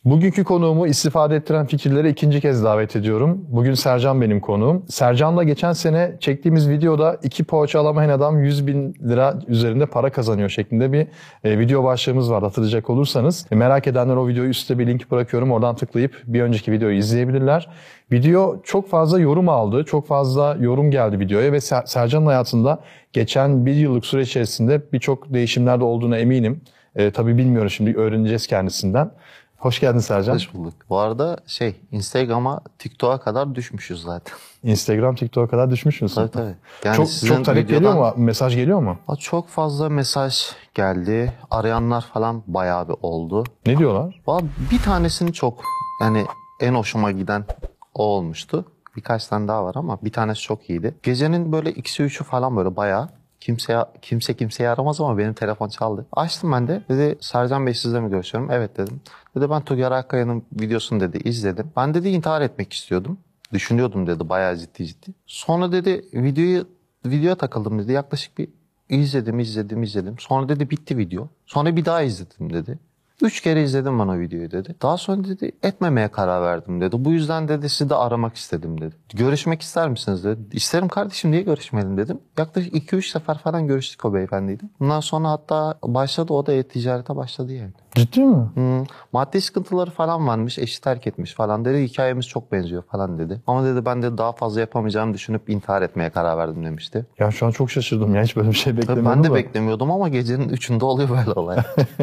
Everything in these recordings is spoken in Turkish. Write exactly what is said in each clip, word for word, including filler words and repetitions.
Bugünkü konuğumu istifade ettiren fikirlere ikinci kez davet ediyorum. Bugün Sercan benim konuğum. Sercan'la geçen sene çektiğimiz videoda iki poğaça alamayan adam yüz bin lira üzerinde para kazanıyor şeklinde bir e, video başlığımız var hatırlayacak olursanız. E, merak edenler o videoyu üstte bir link bırakıyorum. Oradan tıklayıp bir önceki videoyu izleyebilirler. Video çok fazla yorum aldı. Çok fazla yorum geldi videoya ve Ser- Sercan'ın hayatında geçen bir yıllık süre içerisinde birçok değişimler de olduğuna eminim. E, tabii bilmiyorum, şimdi öğreneceğiz kendisinden. Hoş geldin Sercan. Hoş bulduk. Bu arada şey Instagram'a, TikTok'a kadar düşmüşüz zaten. Instagram, TikTok'a kadar düşmüş müsün? Tabii tabii. Yani çok sizin çok talep videodan... geliyor mu? Mesaj geliyor mu? Çok fazla mesaj geldi. Arayanlar falan bayağı bir oldu. Ne diyorlar? Vallahi bir tanesini çok yani en hoşuma giden o olmuştu. Birkaç tane daha var ama bir tanesi çok iyiydi. Gecenin böyle ikisi üçü falan böyle bayağı Kimse, kimse kimseyi aramaz ama benim telefon çaldı. Açtım ben de. Dedi Sercan Bey sizle mi görüşüyorum? Evet dedim. Dedi ben Toger Akkaya'nın videosunu dedi izledim. Ben dedi intihar etmek istiyordum. Düşünüyordum dedi bayağı ciddi ciddi. Sonra dedi videoyu videoya takıldım dedi. Yaklaşık bir izledim izledim izledim. Sonra dedi bitti video. Sonra bir daha izledim dedi. Üç kere izledim ben o videoyu dedi. Daha sonra dedi etmemeye karar verdim dedi. Bu yüzden dedi sizi de aramak istedim dedi. Görüşmek ister misiniz dedi. İsterim kardeşim, niye görüşmeyelim dedim. Yaklaşık iki üç sefer falan görüştük o beyefendiyle. Bundan sonra hatta başladı, o da e-ticarete başladı yani. Ciddi mi? Hmm. Maddi sıkıntıları falan varmış, eşi terk etmiş falan dedi. Hikayemiz çok benziyor falan dedi. Ama dedi ben de daha fazla yapamayacağımı düşünüp intihar etmeye karar verdim demişti. Ya şu an çok şaşırdım ya, hiç böyle bir şey beklemiyordum. Tabii ben de da. beklemiyordum ama gecenin üçünde oluyor böyle olay.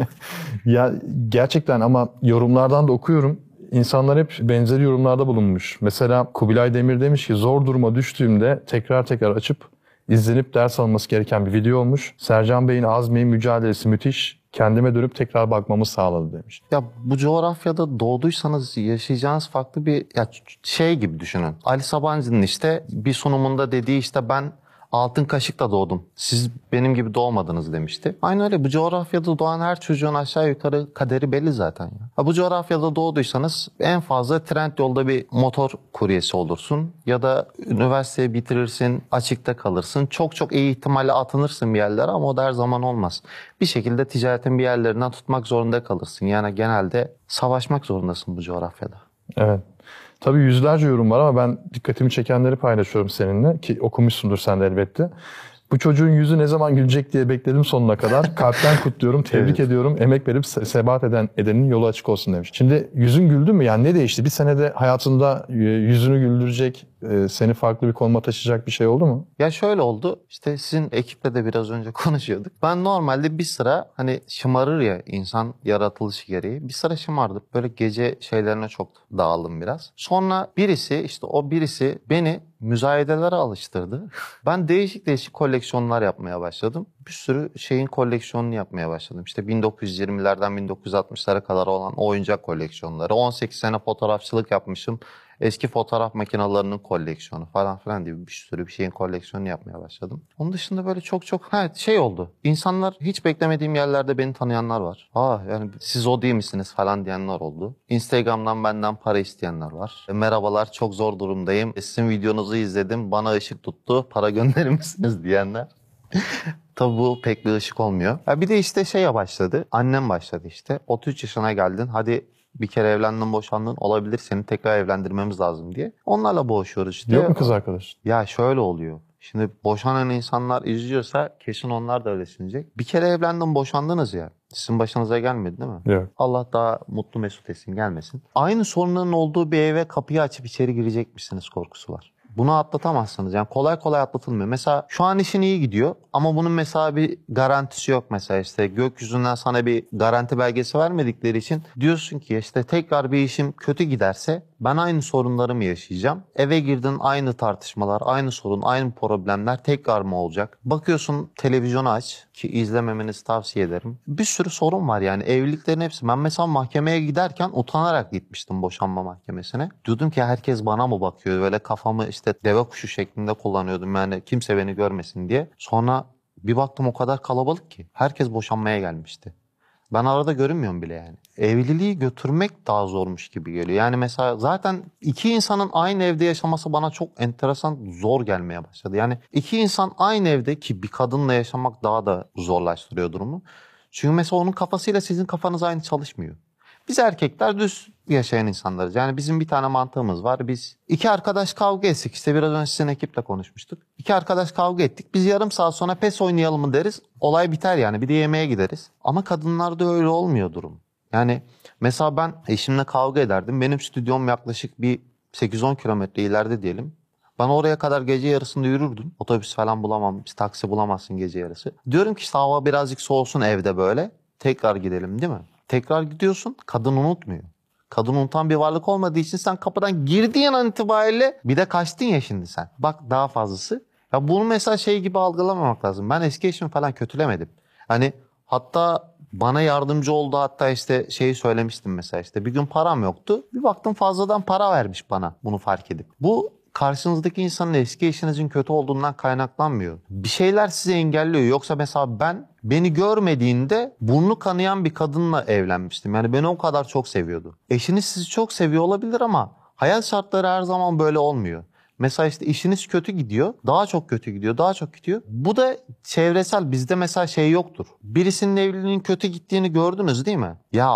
Ya gerçekten, ama yorumlardan da okuyorum. İnsanlar hep benzeri yorumlarda bulunmuş. Mesela Kubilay Demir demiş ki zor duruma düştüğümde tekrar tekrar açıp izlenip ders alınması gereken bir video olmuş. Sercan Bey'in azmi, mücadelesi müthiş. Kendime dönüp tekrar bakmamı sağladı demiş. Ya bu coğrafyada doğduysanız yaşayacağınız farklı bir ya şey gibi düşünün. Ali Sabancı'nın işte bir sunumunda dediği işte ben altın kaşıkla doğdum. Siz benim gibi doğmadınız demişti. Aynı öyle, bu coğrafyada doğan her çocuğun aşağı yukarı kaderi belli zaten ya. Ha, bu coğrafyada doğduysanız en fazla Trendyol'da bir motor kuryesi olursun ya da üniversiteyi bitirirsin, açıkta kalırsın. Çok çok iyi ihtimalle atınırsın bir yerlere ama o da her zaman olmaz. Bir şekilde ticaretin bir yerlerinden tutmak zorunda kalırsın. Yani genelde savaşmak zorundasın bu coğrafyada. Evet. Tabii yüzlerce yorum var ama ben dikkatimi çekenleri paylaşıyorum seninle, ki okumuşsundur sen de elbette. Bu çocuğun yüzü ne zaman gülecek diye bekledim sonuna kadar. Kalpten kutluyorum, tebrik Evet. ediyorum. Emek verip se- sebat eden edenin yolu açık olsun demiş. Şimdi yüzün güldü mü? Yani ne değişti? Bir senede hayatında e, yüzünü güldürecek, e, seni farklı bir konuma taşıyacak bir şey oldu mu? Ya şöyle oldu, işte sizin ekiple de biraz önce konuşuyorduk. Ben normalde bir sıra hani şımarır ya insan yaratılışı gereği. Bir sıra şımardım. Böyle gece şeylerine çok dağıldım biraz. Sonra birisi, işte o birisi beni müzayedelere alıştırdı. Ben değişik değişik koleksiyonlar yapmaya başladım. Bir sürü şeyin koleksiyonunu yapmaya başladım. İşte bin dokuz yüz yirmilerden bin dokuz yüz altmışlara kadar olan oyuncak koleksiyonları. on sekiz sene fotoğrafçılık yapmışım. Eski fotoğraf makinelerinin koleksiyonu falan filan gibi bir sürü bir şeyin koleksiyonunu yapmaya başladım. Onun dışında böyle çok çok ha, şey oldu. İnsanlar, hiç beklemediğim yerlerde beni tanıyanlar var. Aa yani siz o değil misiniz falan diyenler oldu. Instagram'dan benden para isteyenler var. E, merhabalar, çok zor durumdayım. Sizin videonuzu izledim. Bana ışık tuttu. Para gönderir misiniz diyenler. Tabii bu pek bir ışık olmuyor. Ya bir de işte şeye başladı. Annem başladı işte. otuz üç yaşına geldin. Hadi bir kere evlendin, boşandın, olabilir, seni tekrar evlendirmemiz lazım diye. Onlarla boğuşuyoruz işte. Yok mu kız arkadaş? Ya şöyle oluyor. Şimdi boşanan insanlar izliyorsa kesin onlar da öyle düşünecek. Bir kere evlendim, boşandınız ya. Sizin başınıza gelmedi değil mi? Yok. Allah daha mutlu mesut etsin, gelmesin. Aynı sorunların olduğu bir eve kapıyı açıp içeri girecekmişsiniz korkusu var. Bunu atlatamazsınız. Yani kolay kolay atlatılmıyor. Mesela şu an işin iyi gidiyor ama bunun mesela bir garantisi yok mesela, işte gökyüzünden sana bir garanti belgesi vermedikleri için diyorsun ki işte tekrar bir işim kötü giderse ben aynı sorunları mı yaşayacağım? Eve girdin, aynı tartışmalar, aynı sorun, aynı problemler tekrar mı olacak? Bakıyorsun televizyonu aç, ki izlememenizi tavsiye ederim. Bir sürü sorun var yani evliliklerin hepsi. Ben mesela mahkemeye giderken utanarak gitmiştim boşanma mahkemesine. Diyordum ki herkes bana mı bakıyor? Böyle kafamı işte deve kuşu şeklinde kullanıyordum yani kimse beni görmesin diye. Sonra bir baktım o kadar kalabalık ki herkes boşanmaya gelmişti. Ben arada görünmüyorum bile yani. Evliliği götürmek daha zormuş gibi geliyor. Yani mesela zaten iki insanın aynı evde yaşaması bana çok enteresan, zor gelmeye başladı. Yani iki insan aynı evde, ki bir kadınla yaşamak daha da zorlaştırıyor durumu. Çünkü mesela onun kafasıyla sizin kafanız aynı çalışmıyor. Biz erkekler düz yaşayan insanlarız. Yani bizim bir tane mantığımız var. Biz iki arkadaş kavga etsek, işte biraz önce sizin ekiple konuşmuştuk. İki arkadaş kavga ettik. Biz yarım saat sonra pes oynayalım mı deriz. Olay biter yani. Bir de yemeğe gideriz. Ama kadınlarda öyle olmuyor durum. Yani mesela ben eşimle kavga ederdim. Benim stüdyom yaklaşık bir sekiz on kilometre ileride diyelim. Ben oraya kadar gece yarısında yürürdüm. Otobüs falan bulamam. Bir taksi bulamazsın gece yarısı. Diyorum ki işte hava birazcık soğusun evde böyle. Tekrar gidelim değil mi? Tekrar gidiyorsun. Kadın unutmuyor. Kadın unutan bir varlık olmadığı için sen kapıdan girdiğin an itibariyle bir de kaçtın ya şimdi sen. Bak daha fazlası. Ya bunu mesela şey gibi algılamamak lazım. Ben eski eşimi falan kötülemedim. Hani hatta bana yardımcı oldu, hatta işte şeyi söylemiştim mesela, işte bir gün param yoktu. Bir baktım fazladan para vermiş bana, bunu fark edip. Bu karşınızdaki insanın eski eşinizin kötü olduğundan kaynaklanmıyor. Bir şeyler sizi engelliyor. Yoksa mesela ben beni görmediğinde burnu kanayan bir kadınla evlenmiştim. Yani beni o kadar çok seviyordu. Eşiniz sizi çok seviyor olabilir ama hayat şartları her zaman böyle olmuyor. Mesela işte işiniz kötü gidiyor, daha çok kötü gidiyor, daha çok gidiyor. Bu da çevresel, bizde mesela şey yoktur. Birisinin evliliğinin kötü gittiğini gördünüz değil mi? Ya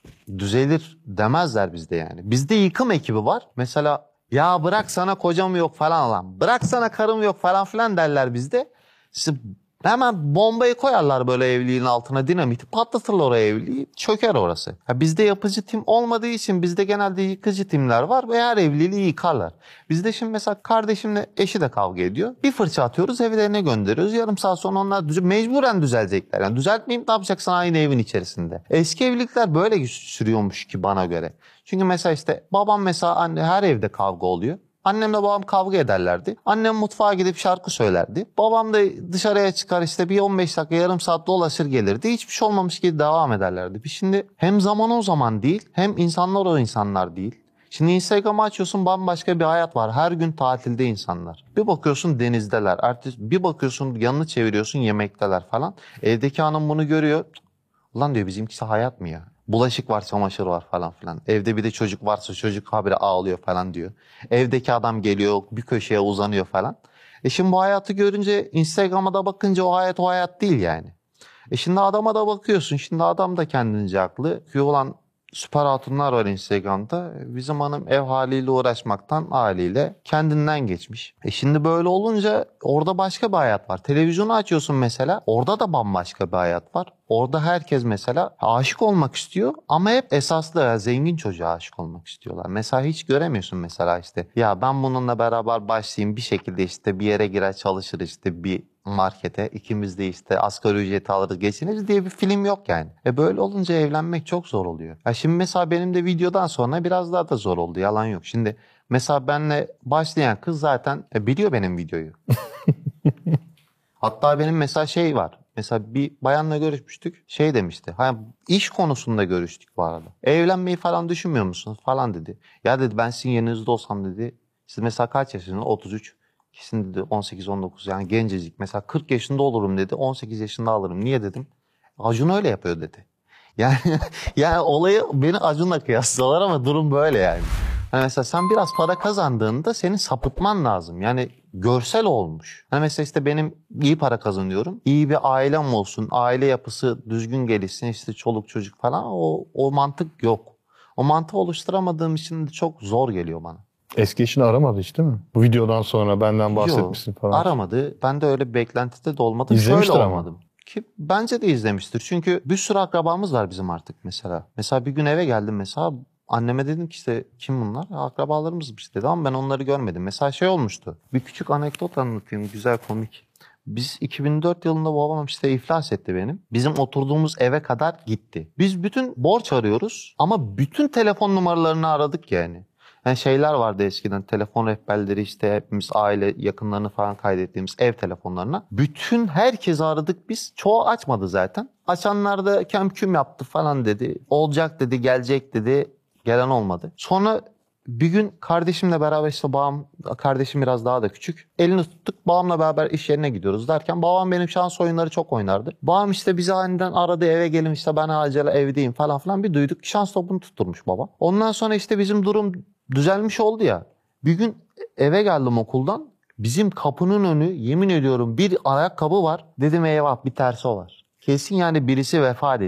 düzelir demezler bizde yani. Bizde yıkım ekibi var. Mesela ya bırak sana kocam yok falan lan. Bırak sana karım yok falan filan derler bizde. İşte hemen bombayı koyarlar böyle evliliğin altına, dinamiti patlatırlar oraya, evliliği çöker orası. Ya bizde yapıcı tim olmadığı için bizde genelde yıkıcı timler var ve her evliliği yıkarlar. Bizde şimdi mesela kardeşimle eşi de kavga ediyor. Bir fırça atıyoruz, evlerine gönderiyoruz. Yarım saat sonra onlar düze- mecburen düzelecekler. Yani düzeltmeyeyim, ne yapacaksın aynı evin içerisinde. Eski evlilikler böyle sürüyormuş ki bana göre. Çünkü mesela işte babam mesela, anne, her evde kavga oluyor. Annemle babam kavga ederlerdi. Annem mutfağa gidip şarkı söylerdi. Babam da dışarıya çıkar, işte bir on beş dakika yarım saat dolaşır gelirdi. Hiçbir şey olmamış gibi devam ederlerdi. Bir şimdi hem zaman o zaman değil, hem insanlar o insanlar değil. Şimdi Instagram'ı açıyorsun, bambaşka bir hayat var. Her gün tatilde insanlar. Bir bakıyorsun denizdeler. Ertesi, bir bakıyorsun yanını çeviriyorsun yemekteler falan. Evdeki hanım bunu görüyor. Ulan diyor, bizimkisi hayat mı ya? Bulaşık var, çamaşır var falan filan. Evde bir de çocuk varsa çocuk habire ağlıyor falan diyor. Evdeki adam geliyor, bir köşeye uzanıyor falan. E şimdi bu hayatı görünce, Instagram'a da bakınca o hayat o hayat değil yani. E şimdi adama da bakıyorsun. Şimdi adam da kendince haklı. Ki olan süper hatunlar var Instagram'da. Bizim hanım ev haliyle uğraşmaktan haliyle kendinden geçmiş. E şimdi böyle olunca orada başka bir hayat var. Televizyonu açıyorsun mesela. Orada da bambaşka bir hayat var. Orada herkes mesela aşık olmak istiyor ama hep esaslı ya, zengin çocuğa aşık olmak istiyorlar. Mesela hiç göremiyorsun mesela işte, ya ben bununla beraber başlayayım bir şekilde, işte bir yere girer çalışır, işte bir markete, ikimiz de işte asgari ücreti alırız geçiniriz diye bir film yok yani. E böyle olunca evlenmek çok zor oluyor. Ya şimdi mesela benim de videodan sonra biraz daha da zor oldu, yalan yok. Şimdi mesela benle başlayan kız zaten e, biliyor benim videoyu. Hatta benim mesela şey var. Mesela bir bayanla görüşmüştük. Şey demişti. Ha, iş konusunda görüştük bu arada. Evlenmeyi falan düşünmüyor musunuz falan dedi. Ya dedi, ben sizin yerinizde olsam dedi. Siz mesela kaç yaşında? otuz üç. Kesin dedi on sekiz on dokuz, yani gencecik. Mesela kırk yaşında olurum dedi. on sekiz yaşında alırım. Niye dedim. Acun öyle yapıyor dedi. Yani yani olayı beni Acun'la kıyaslıyorlar ama durum böyle yani. Hani mesela sen biraz para kazandığında senin sapıtman lazım. Yani görsel olmuş. Hani mesela işte benim iyi para kazanıyorum. İyi bir ailem olsun. Aile yapısı düzgün gelişsin. İşte çoluk çocuk falan. O, o mantık yok. O mantığı oluşturamadığım için de çok zor geliyor bana. Eski eşini aramadı hiç değil mi? Bu videodan sonra benden bahsetmişsin Yok, falan. aramadı. Ben de öyle bir beklentide de olmadım. İzlemiştir Şöyle ama. olmadım. Ki bence de izlemiştir. Çünkü bir sürü akrabamız var bizim artık mesela. Mesela bir gün eve geldim mesela. Anneme dedim ki işte kim bunlar? Akrabalarımızmış dedi ama ben onları görmedim. Mesela şey olmuştu. Bir küçük anekdot anlatayım. Güzel, komik. Biz iki bin dört yılında babam işte iflas etti benim. Bizim oturduğumuz eve kadar gitti. Biz bütün borç arıyoruz ama bütün telefon numaralarını aradık yani. Yani şeyler vardı eskiden, telefon rehberleri, işte hepimiz aile yakınlarını falan kaydettiğimiz ev telefonlarına. Bütün herkesi aradık biz. Çoğu açmadı zaten. Açanlar da kem küm yaptı falan dedi. Olacak dedi, gelecek dedi. Gelen olmadı. Sonra bir gün kardeşimle beraber, işte babam, kardeşim biraz daha da küçük. Elini tuttuk, babamla beraber iş yerine gidiyoruz derken babam benim şans oyunları çok oynardı. Babam işte bizi aniden aradı, eve gelin işte ben acele evdeyim falan filan, bir duyduk. Şans topunu tutturmuş baba. Ondan sonra işte bizim durum düzelmiş oldu ya. Bir gün eve geldim okuldan. Bizim kapının önü, yemin ediyorum bir ayakkabı var. Dedim eyvah, bir tersi o var. Kesin yani birisi vefat etti.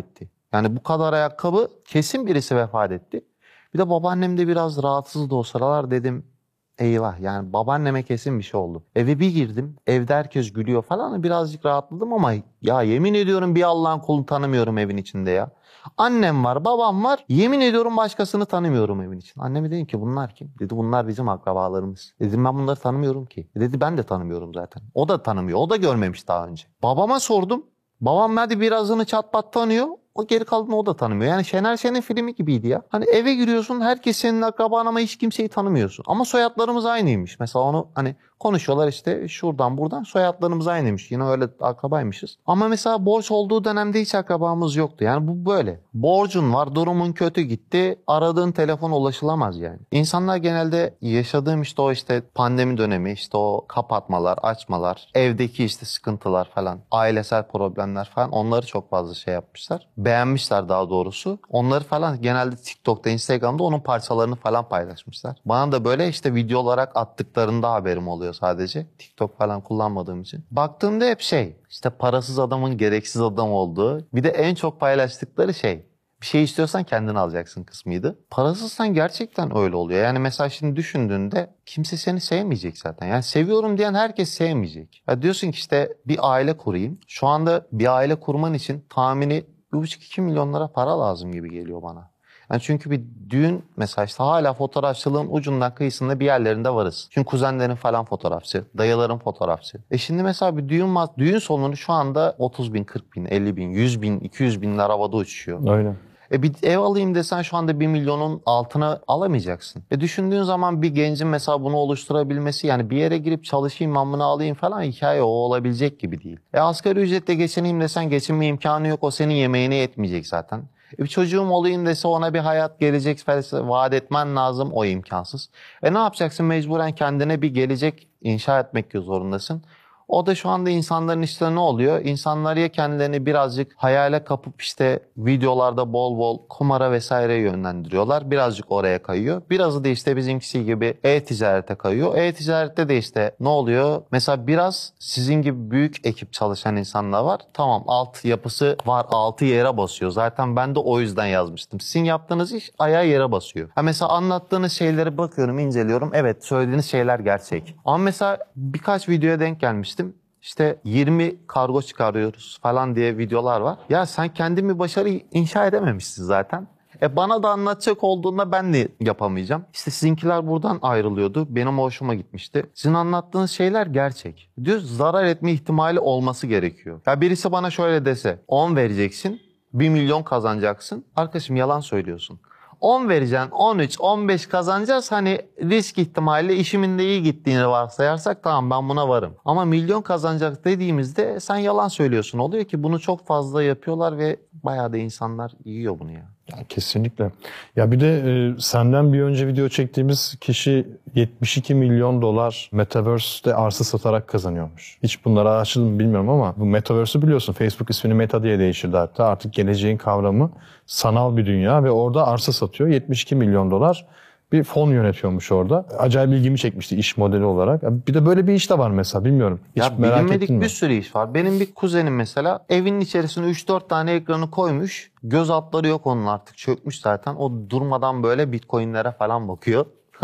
Yani bu kadar ayakkabı, kesin birisi vefat etti. Bir de babaannem de biraz rahatsızdı o sıralar, dedim eyvah, yani babaanneme kesin bir şey oldu. Eve bir girdim, evde herkes gülüyor falan, birazcık rahatladım ama ya yemin ediyorum bir Allah'ın kulunu tanımıyorum evin içinde ya. Annem var, babam var, yemin ediyorum başkasını tanımıyorum evin için. Anneme dedim ki bunlar kim? Dedi bunlar bizim akrabalarımız. Dedim ben bunları tanımıyorum ki. Dedi ben de tanımıyorum zaten. O da tanımıyor, o da görmemiş daha önce. Babama sordum. Babam hadi birazını çat pat tanıyor. O geri kalanını o da tanımıyor. Yani Şener Şen'in filmi gibiydi ya. Hani eve giriyorsun, herkes senin akraban ama hiç kimseyi tanımıyorsun. Ama soyadlarımız aynıymış. Mesela onu hani konuşuyorlar işte şuradan buradan, soyadlarımız aynıymış. Yine öyle akrabaymışız. Ama mesela borç olduğu dönemde hiç akrabamız yoktu. Yani bu böyle. Borcun var, durumun kötü gitti. Aradığın telefon ulaşılamaz yani. İnsanlar genelde yaşadığım işte o işte pandemi dönemi, işte o kapatmalar, açmalar, evdeki işte sıkıntılar falan, ailesel problemler falan, onları çok fazla şey yapmışlar. Beğenmişler daha doğrusu. Onları falan genelde TikTok'ta, Instagram'da onun parçalarını falan paylaşmışlar. Bana da böyle işte video olarak attıklarında haberim oluyor sadece. TikTok falan kullanmadığım için. Baktığımda hep şey, işte parasız adamın gereksiz adam olduğu. Bir de en çok paylaştıkları şey, bir şey istiyorsan kendin alacaksın kısmıydı. Parasızsan gerçekten öyle oluyor. Yani mesela şimdi düşündüğünde kimse seni sevmeyecek zaten. Yani seviyorum diyen herkes sevmeyecek. Ya diyorsun ki işte bir aile kurayım. Şu anda bir aile kurman için tahmini bir buçuk iki milyon lira para lazım gibi geliyor bana. Yani çünkü bir düğün mesela işte hala fotoğrafçılığın ucundan kıyısında bir yerlerinde varız. Çünkü kuzenlerin falan fotoğrafçı, dayıların fotoğrafçı. E şimdi mesela bir düğün düğün salonu şu anda otuz bin, kırk bin, elli bin, yüz bin, iki yüz binler havada uçuşuyor. Öyle. E bir ev alayım desen şu anda bir milyonun altına alamayacaksın. E düşündüğün zaman bir gencin mesela bunu oluşturabilmesi, yani bir yere girip çalışayım ben bunu alayım falan, hikaye o olabilecek gibi değil. E asgari ücretle geçineyim desen geçinme imkanı yok, o senin yemeğine yetmeyecek zaten. E bir çocuğum olayım dese ona bir hayat gelecek vaat etmen lazım, o imkansız. E ne yapacaksın, mecburen kendine bir gelecek inşa etmek zorundasın. O da şu anda insanların işte ne oluyor? İnsanlar ya kendilerini birazcık hayale kapıp işte videolarda bol bol kumara vesaire yönlendiriyorlar. Birazcık oraya kayıyor. Birazı da işte bizimkisi gibi e-ticarete kayıyor. E-ticarette de işte ne oluyor? Mesela biraz sizin gibi büyük ekip çalışan insanlar var. Tamam, alt yapısı var, altı yere basıyor. Zaten ben de o yüzden yazmıştım. Sizin yaptığınız iş ayağı yere basıyor. Ha mesela anlattığınız şeyleri bakıyorum, inceliyorum. Evet, söylediğiniz şeyler gerçek. Ama mesela birkaç videoya denk gelmiştim. İşte yirmi kargo çıkarıyoruz falan diye videolar var. Ya sen kendin bir başarı inşa edememişsin zaten. E bana da anlatacak olduğunda ben de yapamayacağım. İşte sizinkiler buradan ayrılıyordu. Benim hoşuma gitmişti. Sizin anlattığınız şeyler gerçek. Diyor zarar etme ihtimali olması gerekiyor. Ya birisi bana şöyle dese, on vereceksin, bir milyon kazanacaksın. Arkadaşım yalan söylüyorsun. on vereceksin, on üç, on beş kazanacağız. Hani risk ihtimali işimin de iyi gittiğini varsayarsak tamam, ben buna varım. Ama milyon kazanacak dediğimizde sen yalan söylüyorsun oluyor ki bunu çok fazla yapıyorlar ve bayağı da insanlar yiyor bunu ya. Ya kesinlikle. Ya bir de e, senden bir önce video çektiğimiz kişi yetmiş iki milyon dolar Metaverse'de arsa satarak kazanıyormuş. Hiç bunlara açıldı mı bilmiyorum ama bu Metaverse'ü biliyorsun. Facebook ismini Meta diye değiştirdi hatta. Artık geleceğin kavramı sanal bir dünya ve orada arsa satıyor. yetmiş iki milyon dolar bir fon yönetiyormuş orada. Acayip ilgimi çekmişti iş modeli olarak. Bir de böyle bir iş de var mesela, bilmiyorum. Hiç ya merak bilinmedik ettin mi? bir sürü iş var. Benim bir kuzenim mesela evinin içerisine üç dört tane ekranı koymuş. Göz altları yok onun, artık çökmüş zaten. O durmadan böyle bitcoinlere falan bakıyor.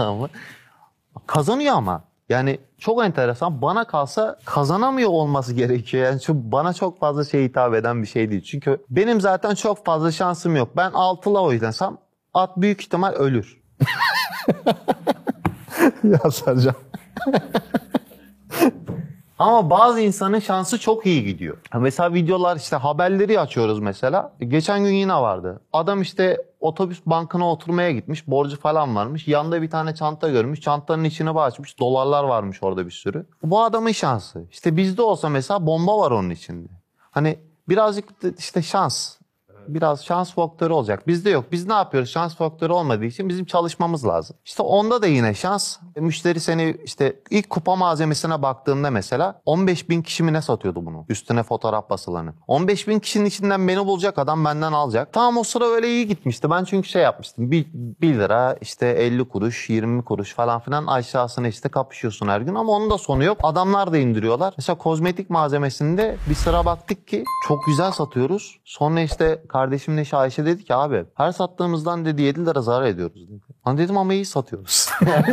Kazanıyor ama. Yani çok enteresan. Bana kalsa kazanamıyor olması gerekiyor. Yani çünkü bana çok fazla şey hitap eden bir şey değil. Çünkü benim zaten çok fazla şansım yok. Ben altıla oynansam at büyük ihtimal ölür. Ya Sercan. Ama bazı insanın şansı çok iyi gidiyor. Mesela videolar, işte haberleri açıyoruz mesela. Geçen gün yine vardı. Adam işte otobüs bankına oturmaya gitmiş. Borcu falan varmış. Yanında bir tane çanta görmüş. Çantanın içini açmış. Dolarlar varmış orada bir sürü. Bu adamın şansı. İşte bizde olsa mesela bomba var onun içinde. Hani birazcık işte şans. Biraz şans faktörü olacak. Bizde yok. Biz ne yapıyoruz? Şans faktörü olmadığı için bizim çalışmamız lazım. İşte onda da yine şans. Müşteri seni işte ilk kupa malzemesine baktığında mesela on beş bin kişi mi ne satıyordu bunu? Üstüne fotoğraf basılanı. on beş bin kişinin içinden beni bulacak adam benden alacak. Tamam, o sıra öyle iyi gitmişti. Ben çünkü şey yapmıştım. bir lira işte elli kuruş, yirmi kuruş falan filan aşağısına işte kapışıyorsun her gün ama onun da sonu yok. Adamlar da indiriyorlar. Mesela kozmetik malzemesinde bir sıra baktık ki çok güzel satıyoruz. Sonra işte kardeşimin eşi Ayşe dedi ki abi her sattığımızdan dedi yedi lira zarar ediyoruz dedi. Hani dedim ama iyi satıyoruz.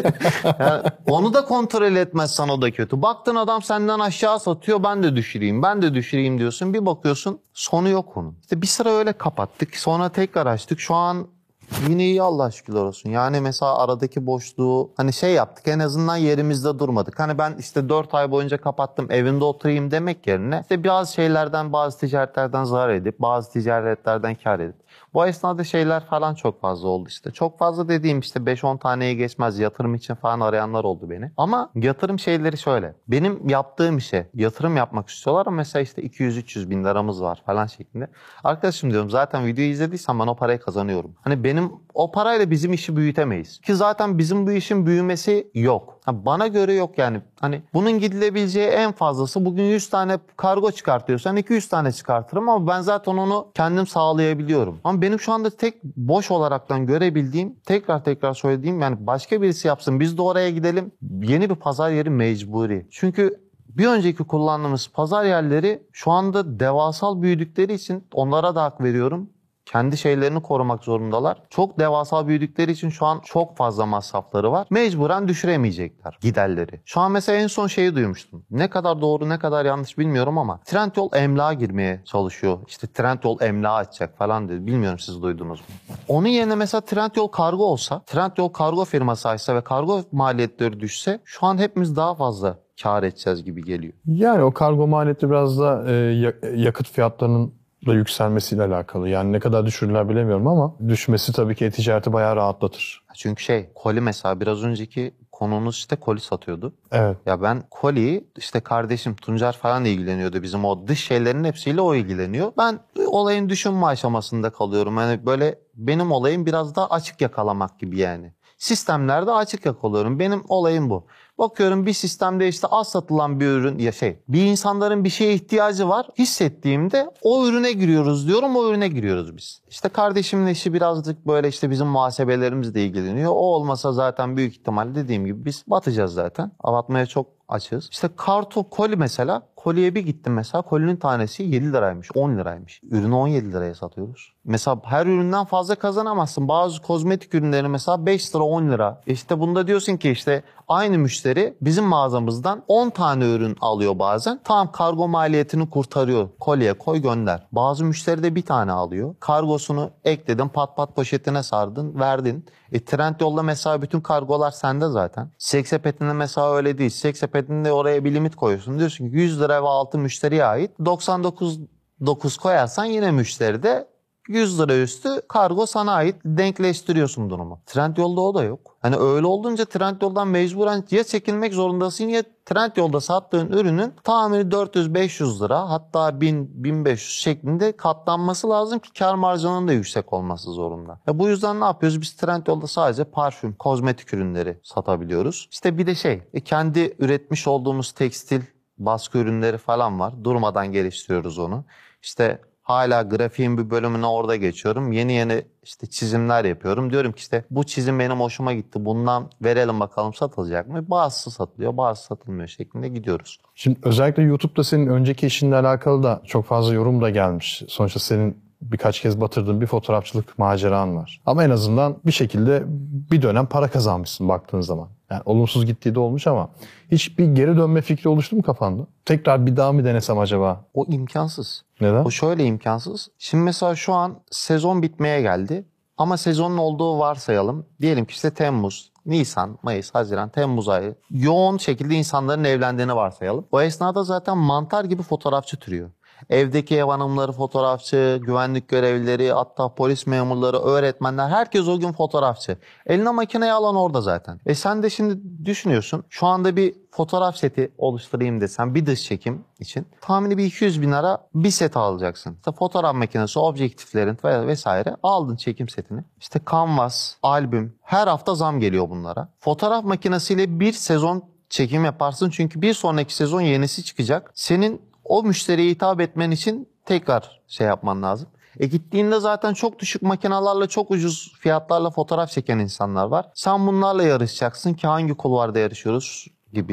Yani onu da kontrol etmezsen o da kötü. Baktın adam senden aşağı satıyor, ben de düşüreyim, ben de düşüreyim diyorsun. Bir bakıyorsun sonu yok onun. İşte bir sıra öyle kapattık. Sonra tekrar açtık. Şu an yine iyi Allah'a şükürler olsun. Yani mesela aradaki boşluğu hani şey yaptık, en azından yerimizde durmadık. Hani ben işte dört ay boyunca kapattım, evimde oturayım demek yerine işte bazı şeylerden, bazı ticaretlerden zarar edip bazı ticaretlerden kar edip bu esnada şeyler falan çok fazla oldu işte. Çok fazla dediğim işte beş on taneye geçmez, yatırım için falan arayanlar oldu beni. Ama yatırım şeyleri şöyle. Benim yaptığım işe yatırım yapmak istiyorlar ama mesela işte iki yüz üç yüz bin liramız var falan şeklinde. Arkadaşım diyorum zaten videoyu izlediysen ben o parayı kazanıyorum. Hani benim o parayla bizim işi büyütemeyiz. Ki zaten bizim bu işin büyümesi yok. Ha, bana göre yok yani. Hani bunun gidilebileceği en fazlası bugün yüz tane kargo çıkartıyorsan iki yüz tane çıkartırım ama ben zaten onu kendim sağlayabiliyorum. Ama benim şu anda tek boş olaraktan görebildiğim, tekrar tekrar söylediğim yani başka birisi yapsın biz de oraya gidelim. Yeni bir pazar yeri mecburi. Çünkü bir önceki kullandığımız pazar yerleri şu anda devasal büyüdükleri için onlara da hak veriyorum. Kendi şeylerini korumak zorundalar. Çok devasa büyüdükleri için şu an çok fazla masrafları var. Mecburen düşüremeyecekler giderleri. Şu an mesela en son şeyi duymuştum. Ne kadar doğru ne kadar yanlış bilmiyorum ama Trendyol emlağa girmeye çalışıyor. İşte Trendyol emlağı açacak falan dedi. Bilmiyorum siz duydunuz mu? Onun yerine mesela Trendyol kargo olsa, Trendyol kargo firması açsa ve kargo maliyetleri düşse şu an hepimiz daha fazla kar edeceğiz gibi geliyor. Yani o kargo maliyeti biraz da e, yakıt fiyatlarının da yükselmesiyle alakalı. Yani ne kadar düşürürler bilemiyorum ama düşmesi tabii ki e-ticareti bayağı rahatlatır. Çünkü şey koli mesela biraz önceki konumuz işte koli satıyordu. Evet. Ya ben koliyi işte kardeşim Tuncer falan ilgileniyordu. Bizim o dış şeylerin hepsiyle o ilgileniyor. Ben olayın düşünme aşamasında kalıyorum. Yani böyle benim olayım biraz daha açık yakalamak gibi yani. Sistemlerde açık yakalıyorum. Benim olayım bu. Bakıyorum bir sistemde işte az satılan bir ürün ya şey bir insanların bir şeye ihtiyacı var hissettiğimde o ürüne giriyoruz diyorum o ürüne giriyoruz biz. İşte kardeşimin işi birazcık böyle işte bizim muhasebelerimizle ilgileniyor. O olmasa zaten büyük ihtimalle dediğim gibi biz batacağız zaten. Batmaya çok açığız. İşte kartop koli mesela koliye bir gittim mesela kolinin tanesi yedi liraymış on liraymış. Ürünü on yedi liraya satıyoruz. Mesela her üründen fazla kazanamazsın. Bazı kozmetik ürünleri mesela beş lira on lira. İşte bunda diyorsun ki işte aynı müşteri bizim mağazamızdan on tane ürün alıyor bazen. Tamam kargo maliyetini kurtarıyor. Kolye koy gönder. Bazı müşteri de bir tane alıyor. Kargosunu ekledin pat pat poşetine sardın verdin. E, Trendyol'da mesela bütün kargolar sende zaten. Seksepetinde mesela öyle değil. Seksepetinde oraya bir limit koyuyorsun. Diyorsun ki yüz lira ve altı müşteriye ait. doksan dokuz dokuz koyarsan yine müşteride yüz lira üstü kargo sana ait. Denkleştiriyorsun durumu. Trendyol'da o da yok. Hani öyle olunca Trendyol'dan mecburen ya çekilmek zorundasın ya Trendyol'da sattığın ürünün tamiri dört yüz beş yüz lira hatta bin bin beş yüz şeklinde katlanması lazım ki kar marjının da yüksek olması zorunda. Ya bu yüzden ne yapıyoruz? Biz Trendyol'da sadece parfüm, kozmetik ürünleri satabiliyoruz. İşte bir de şey, e, kendi üretmiş olduğumuz tekstil, baskı ürünleri falan var. Durmadan geliştiriyoruz onu. İşte hala grafiğin bir bölümüne orada geçiyorum. Yeni yeni işte çizimler yapıyorum. Diyorum ki işte bu çizim benim hoşuma gitti. Bundan verelim bakalım satılacak mı? Bazısı satılıyor, bazısı satılmıyor şeklinde gidiyoruz. Şimdi özellikle YouTube'da senin önceki işinle alakalı da çok fazla yorum da gelmiş. Sonuçta senin birkaç kez batırdığın bir fotoğrafçılık maceran var. Ama en azından bir şekilde bir dönem para kazanmışsın baktığın zaman. Yani olumsuz gittiği de olmuş ama hiç bir geri dönme fikri oluştu mu kafanda? Tekrar bir daha mı denesem acaba? O imkansız. Neden? O şöyle imkansız. Şimdi mesela şu an sezon bitmeye geldi. Ama sezonun olduğu varsayalım. Diyelim ki işte Temmuz, Nisan, Mayıs, Haziran, Temmuz ayı yoğun şekilde insanların evlendiğini varsayalım. O esnada zaten mantar gibi fotoğrafçı türüyor. Evdeki ev hanımları fotoğrafçı, güvenlik görevlileri, hatta polis memurları, öğretmenler herkes o gün fotoğrafçı. Eline makineyi alan orada zaten. E sen de şimdi düşünüyorsun şu anda bir fotoğraf seti oluşturayım desen bir dış çekim için tahmini bir iki yüz bin lira bir set alacaksın. İşte fotoğraf makinesi, objektiflerin vesaire aldın çekim setini. İşte kanvas, albüm her hafta zam geliyor bunlara. Fotoğraf makinesiyle bir sezon çekim yaparsın çünkü bir sonraki sezon yenisi çıkacak. Senin o müşteriye hitap etmen için tekrar şey yapman lazım. E gittiğinde zaten çok düşük makinelerle çok ucuz fiyatlarla fotoğraf çeken insanlar var. Sen bunlarla yarışacaksın ki hangi kulvarda yarışıyoruz gibi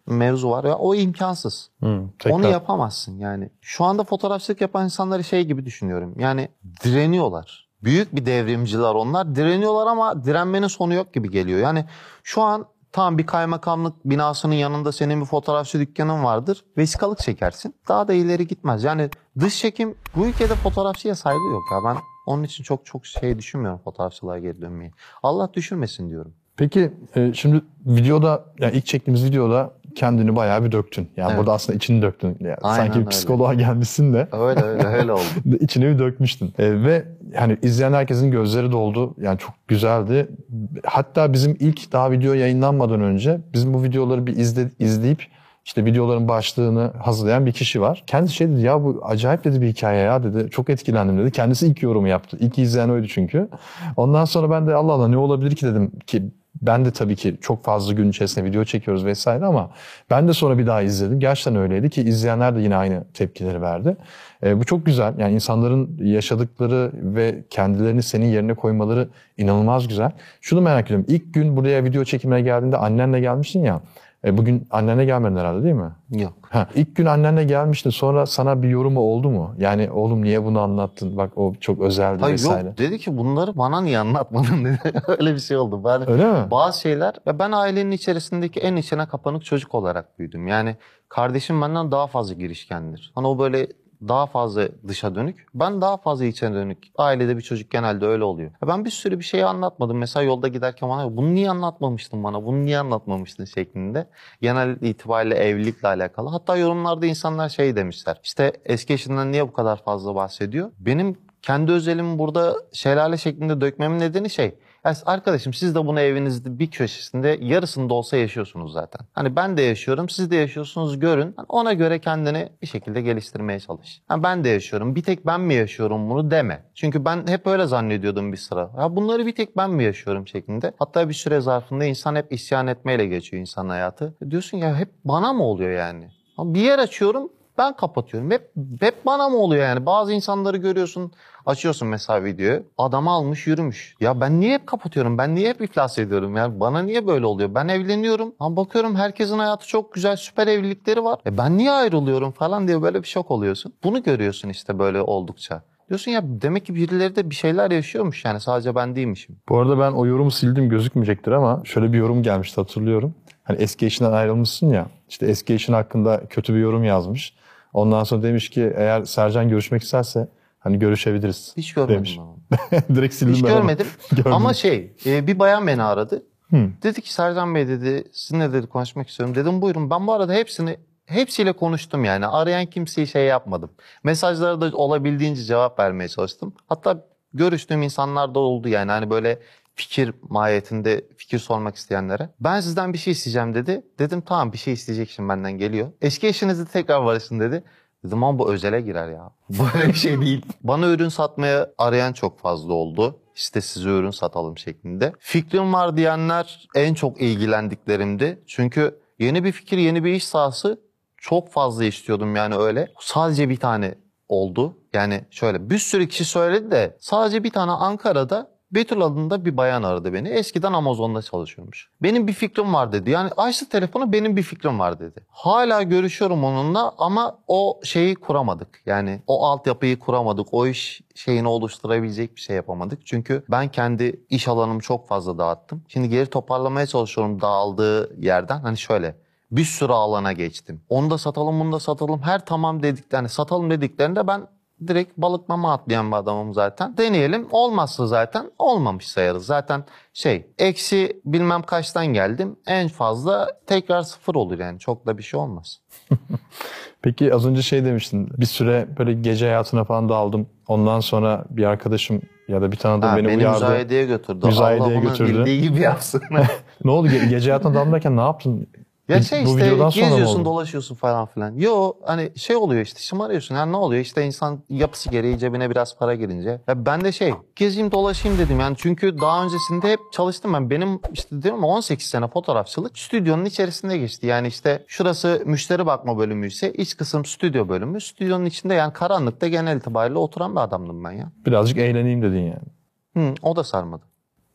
mevzu var. Ya, o imkansız. Hı, tekrar. Onu yapamazsın yani. Şu anda fotoğrafçılık yapan insanları şey gibi düşünüyorum. Yani direniyorlar. Büyük bir devrimciler onlar. Direniyorlar ama direnmenin sonu yok gibi geliyor. Yani şu an tam bir kaymakamlık binasının yanında senin bir fotoğrafçı dükkanın vardır. Vesikalık çekersin. Daha da ileri gitmez. Yani dış çekim, bu ülkede fotoğrafçıya saygı yok ya. Ben onun için çok çok şey düşünmüyorum fotoğrafçılığa geri dönmeyi. Allah düşürmesin diyorum. Peki e, şimdi videoda, yani ilk çektiğimiz videoda kendini bayağı bir döktün. Yani Evet. burada aslında içini döktün. Yani Aynen sanki bir öyle. psikoloğa gelmişsin de. Öyle öyle öyle oldu. İçini bir dökmüştün. E, ve hani izleyen herkesin gözleri doldu. Yani çok güzeldi. Hatta bizim ilk daha video yayınlanmadan önce bizim bu videoları bir izle, izleyip işte videoların başlığını hazırlayan bir kişi var. Kendisi şey dedi, ya bu acayip dedi bir hikaye ya dedi. Çok etkilendim dedi. Kendisi ilk yorumu yaptı. İlk izleyen oydu çünkü. Ondan sonra ben de Allah Allah ne olabilir ki dedim ki ben de tabii ki çok fazla gün içerisinde video çekiyoruz vesaire ama ben de sonra bir daha izledim. Gerçekten öyleydi ki izleyenler de yine aynı tepkileri verdi. E, bu çok güzel. Yani insanların yaşadıkları ve kendilerini senin yerine koymaları inanılmaz güzel. Şunu merak ediyorum. İlk gün buraya video çekimine geldiğinde annenle gelmiştin ya. E, bugün annene gelmedin herhalde değil mi? Yok. Ha, ilk gün annenle gelmiştin, sonra sana bir yorumu oldu mu? Yani oğlum niye bunu anlattın? Bak o çok özeldi Hayır vesaire. yok, dedi ki bunları bana niye anlatmadın dedi. Öyle bir şey oldu. Ben, Öyle mi? bazı şeyler, ya ben ailenin içerisindeki en içine kapanık çocuk olarak büyüdüm. Yani kardeşim benden daha fazla girişkendir. Hani o böyle daha fazla dışa dönük. Ben daha fazla içine dönük. Ailede bir çocuk genelde öyle oluyor. Ya ben bir sürü bir şeyi anlatmadım. Mesela yolda giderken bana bunu niye anlatmamıştın bana, bunu niye anlatmamıştın şeklinde. Genel itibariyle evlilikle alakalı. Hatta yorumlarda insanlar şey demişler. İşte eski eşinden niye bu kadar fazla bahsediyor? Benim kendi özelimi burada şelale şeklinde dökmemin nedeni şey. Yani arkadaşım siz de bunu evinizde bir köşesinde yarısında olsa yaşıyorsunuz zaten. Hani ben de yaşıyorum, siz de yaşıyorsunuz, görün. Hani ona göre kendini bir şekilde geliştirmeye çalış. Yani ben de yaşıyorum, bir tek ben mi yaşıyorum bunu deme. Çünkü ben hep öyle zannediyordum bir sıra. Ya bunları bir tek ben mi yaşıyorum şeklinde. Hatta bir süre zarfında insan hep isyan etmeyle geçiyor insan hayatı. Diyorsun ya hep bana mı oluyor yani? Bir yer açıyorum, ben kapatıyorum. Hep, hep bana mı oluyor yani? Bazı insanları görüyorsun, açıyorsun mesela videoyu. Adam almış yürümüş. Ya ben niye hep kapatıyorum? Ben niye hep iflas ediyorum? Yani bana niye böyle oluyor? Ben evleniyorum. Ama bakıyorum herkesin hayatı çok güzel, süper evlilikleri var. E ben niye ayrılıyorum falan diye böyle bir şok oluyorsun. Bunu görüyorsun işte böyle oldukça. Diyorsun ya demek ki birileri de bir şeyler yaşıyormuş yani, sadece ben değilmişim. Bu arada ben o yorumu sildim, gözükmeyecektir ama şöyle bir yorum gelmişti, hatırlıyorum. Hani eski eşinden ayrılmışsın ya, işte eski eşin hakkında kötü bir yorum yazmış. Ondan sonra demiş ki eğer Sercan görüşmek isterse hani görüşebiliriz. Hiç görmedim demiş. onu. Direkt sildim Hiç ben görmedim. onu. Ama şey e, bir bayan beni aradı. Hı. Dedi ki Sercan Bey dedi sizinle dedi konuşmak istiyorum. Dedim buyurun. Ben bu arada hepsini hepsiyle konuştum yani. Arayan kimseye şey yapmadım. Mesajlara da olabildiğince cevap vermeye çalıştım. Hatta görüştüğüm insanlar da oldu yani. Hani böyle fikir mahiyetinde fikir sormak isteyenlere. Ben sizden bir şey isteyeceğim dedi. Dedim tamam, bir şey isteyecek şimdi benden geliyor. Eski eşinizle tekrar barışın dedi. Dedim ama bu özele girer ya. Böyle bir şey değil. Bana ürün satmaya arayan çok fazla oldu. İşte size ürün satalım şeklinde. Fikrim var diyenler en çok ilgilendiklerimdi. Çünkü yeni bir fikir, yeni bir iş sahası çok fazla istiyordum yani öyle. Sadece bir tane oldu. Yani şöyle bir sürü kişi söyledi de sadece bir tane Ankara'da Betül adında bir bayan aradı beni. Eskiden Amazon'da çalışıyormuş. Benim bir fikrim var dedi. Yani açtı telefonu, benim bir fikrim var dedi. Hala görüşüyorum onunla ama o şeyi kuramadık. Yani o altyapıyı kuramadık. O iş şeyini oluşturabilecek bir şey yapamadık. Çünkü ben kendi iş alanımı çok fazla dağıttım. Şimdi geri toparlamaya çalışıyorum dağıldığı yerden. Hani şöyle bir sürü alana geçtim. Onu da satalım, bunu da satalım. Her tamam dediklerini, satalım dediklerinde ben direkt balık mama atlayan bir adamım zaten. Deneyelim. Olmazsa zaten olmamış sayarız. Zaten şey eksi bilmem kaçtan geldim. En fazla tekrar sıfır olur yani. Çok da bir şey olmaz. Peki az önce şey demiştin. Bir süre böyle gece hayatına falan daldım. Ondan sonra bir arkadaşım ya da bir tanıdığım Ha, beni, beni uyardı. müzayedeye götürdü. Müzayedeye Allah bunu götürdü. bildiği gibi yapsın. Ne oldu? Ge- gece hayatına daldım derken ne yaptın? Ya Bu- şey bu işte videodan sonra mı geziyorsun oldu? dolaşıyorsun falan filan. Yo hani şey oluyor işte, şımarıyorsun. Yani ne oluyor işte, insan yapısı gereği cebine biraz para girince. Ya ben de şey gezeyim dolaşayım dedim yani. Çünkü daha öncesinde hep çalıştım ben. Benim işte diyorum ya on sekiz sene fotoğrafçılık stüdyonun içerisinde geçti. Yani işte şurası müşteri bakma bölümüyse iç kısım stüdyo bölümü. Stüdyonun içinde yani karanlıkta genel itibariyle oturan bir adamdım ben ya. Birazcık eğleneyim dedin yani. Hı, o da sarmadı.